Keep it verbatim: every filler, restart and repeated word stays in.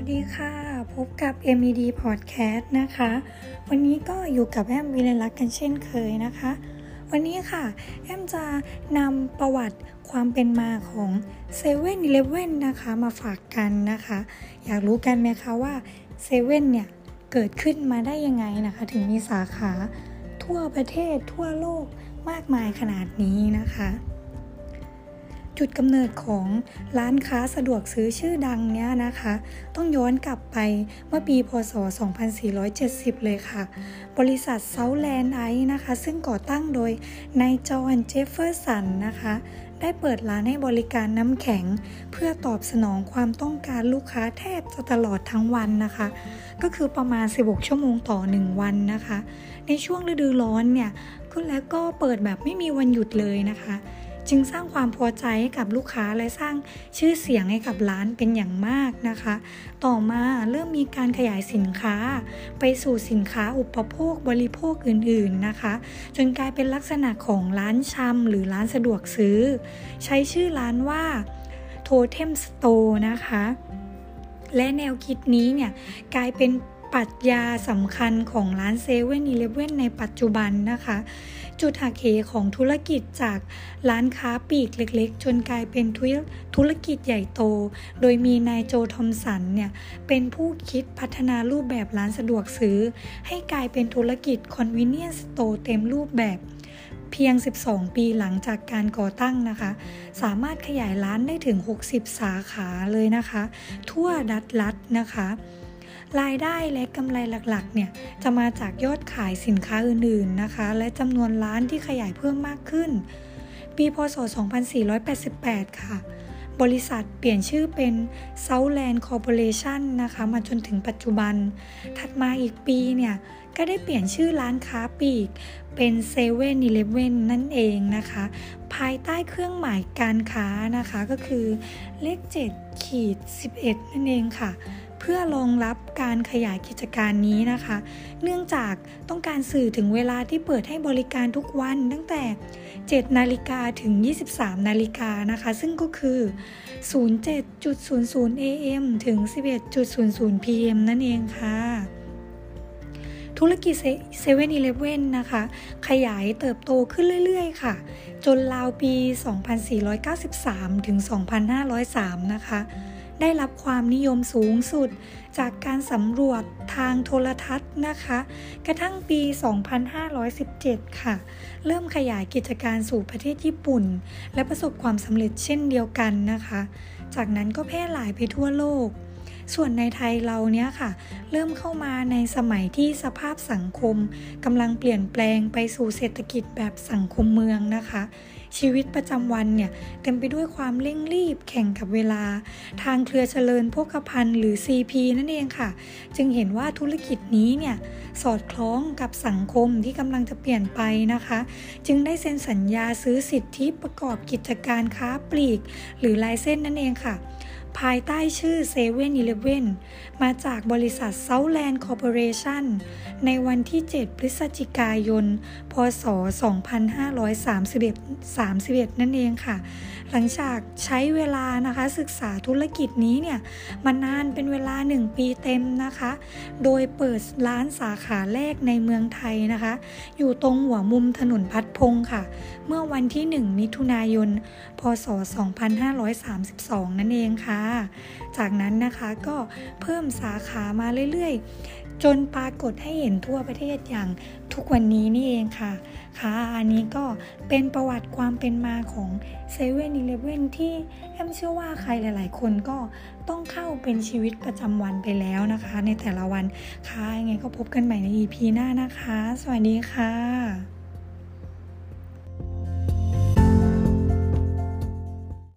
ดีค่ะพบกับ เอ็ม อี ดี Podcast นะคะวันนี้ก็อยู่กับแอมวิเลลักษณ์กันเช่นเคยนะคะวันนี้ค่ะแอมจะนำประวัติความเป็นมาของเซเว่นอีเลฟเว่นนะคะมาฝากกันนะคะอยากรู้กันไหมคะว่าเซเว่นเนี่ยเกิดขึ้นมาได้ยังไงนะคะถึงมีสาขาทั่วประเทศทั่วโลกมากมายขนาดนี้นะคะจุดกำเนิดของร้านค้าสะดวกซื้อชื่อดังเนี้ยนะคะต้องย้อนกลับไปเมื่อปีพ.ศ. สองพันสี่ร้อยเจ็ดสิบเลยค่ะบริษัทเซาท์แลนด์ไอซ์นะคะซึ่งก่อตั้งโดยนายจอห์นเจฟเฟอร์สันนะคะได้เปิดร้านให้บริการน้ำแข็งเพื่อตอบสนองความต้องการลูกค้าแทบจะตลอดทั้งวันนะคะก็คือประมาณสิบหกชั่วโมงต่อหนึ่งวันนะคะในช่วงฤดูร้อนเนี่ยคุณแล้วก็เปิดแบบไม่มีวันหยุดเลยนะคะจึงสร้างความพอใจให้กับลูกค้าและสร้างชื่อเสียงให้กับร้านเป็นอย่างมากนะคะต่อมาเริ่มมีการขยายสินค้าไปสู่สินค้าอุปโภคบริโภคอื่นๆนะคะจนกลายเป็นลักษณะของร้านชำหรือร้านสะดวกซื้อใช้ชื่อร้านว่าโทเทมสโตร์นะคะและแนวคิดนี้เนี่ยกลายเป็นปรัชญาสำคัญของร้านเซเว่นอีเลฟเว่นในปัจจุบันนะคะจุดหักเหของธุรกิจจากร้านค้าปลีกเล็กๆจนกลายเป็นธุรกิจใหญ่โตโดยมีนายโจทอมสันเนี่ยเป็นผู้คิดพัฒนารูปแบบร้านสะดวกซื้อให้กลายเป็นธุรกิจ Convenience Store เต็มรูปแบบเพียงสิบสองปีหลังจากการก่อตั้งนะคะสามารถขยายร้านได้ถึงหกสิบสาขาเลยนะคะทั่วดัตลัดนะคะรายได้และกำไรหลักๆเนี่ยจะมาจากยอดขายสินค้าอื่นๆนะคะและจำนวนร้านที่ขยายเพิ่มมากขึ้นปีพ.ศ. สองพันสี่ร้อยแปดสิบแปดค่ะบริษัทเปลี่ยนชื่อเป็น Southland Corporation นะคะมาจนถึงปัจจุบันถัดมาอีกปีเนี่ยก็ได้เปลี่ยนชื่อร้านค้าปลีกเป็น เซเว่นอีเลฟเว่น นั่นเองนะคะภายใต้เครื่องหมายการค้านะคะก็คือเลขเจ็ดขีดสิบเอ็ดนั่นเองค่ะเพื่อรองรับการขยายกิจการนี้นะคะเนื่องจากต้องการสื่อถึงเวลาที่เปิดให้บริการทุกวันตั้งแต่เจ็ดนาฬิกาถึงยี่สิบสามนาฬิกานะคะซึ่งก็คือ ศูนย์เจ็ดศูนย์ศูนย์ เอ เอ็ม ถึง สิบเอ็ดศูนย์ศูนย์ พี เอ็ม นั่นเองค่ะธุรกิจ เซเว่นอีเลฟเว่น นะคะขยายเติบโตขึ้นเรื่อยๆค่ะจนราวปี สองพันสี่ร้อยเก้าสิบสาม ถึง สองพันห้าร้อยสาม นะคะได้รับความนิยมสูงสุดจากการสำรวจทางโทรทัศน์นะคะกระทั่งปี สองพันห้าร้อยสิบเจ็ด ค่ะเริ่มขยายกิจการสู่ประเทศญี่ปุ่นและประสบความสำเร็จเช่นเดียวกันนะคะจากนั้นก็แพร่หลายไปทั่วโลกส่วนในไทยเราเนี้ยค่ะเริ่มเข้ามาในสมัยที่สภาพสังคมกำลังเปลี่ยนแปลงไปสู่เศรษฐกิจแบบสังคมเมืองนะคะชีวิตประจำวันเนี่ยเต็มไปด้วยความเร่งรีบแข่งกับเวลาทางเครือเจริญโภคภัณฑ์หรือ ซี พี นั่นเองค่ะจึงเห็นว่าธุรกิจนี้เนี่ยสอดคล้องกับสังคมที่กำลังจะเปลี่ยนไปนะคะจึงได้เซ็นสัญญาซื้อสิทธิประกอบกิจการค้าปลีกหรือไลเซนส์นั่นเองค่ะภายใต้ชื่อ เซเว่นอีเลฟเว่น มาจากบริษัท Southland Corporation ในวันที่ เจ็ด พฤศจิกายน พ.ศ. สองพันห้าร้อยสามสิบเอ็ด สามสิบเอ็ด นั่นเองค่ะหลังจากใช้เวลานะคะศึกษาธุรกิจนี้เนี่ยมานานเป็นเวลาหนึ่งปีเต็มนะคะโดยเปิดร้านสาขาแรกในเมืองไทยนะคะอยู่ตรงหัวมุมถนนพัดพงศ์ค่ะเมื่อวันที่หนึ่งมิถุนายน พ.ศ. สองพันห้าร้อยสามสิบสอง นั่นเองค่ะจากนั้นนะคะก็เพิ่มสาขามาเรื่อยๆจนปรากฏให้เห็นทั่วประเทศอย่างทุกวันนี้นี่เองค่ะค่ะอันนี้ก็เป็นประวัติความเป็นมาของ เซเว่นอีเลฟเว่น ที่แอมเชื่อว่าใครหลายๆคนก็ต้องเข้าเป็นชีวิตประจำวันไปแล้วนะคะในแต่ละวันค่ะยังไงก็พบกันใหม่ใน อี พี หน้านะคะสวัสดีค่ะ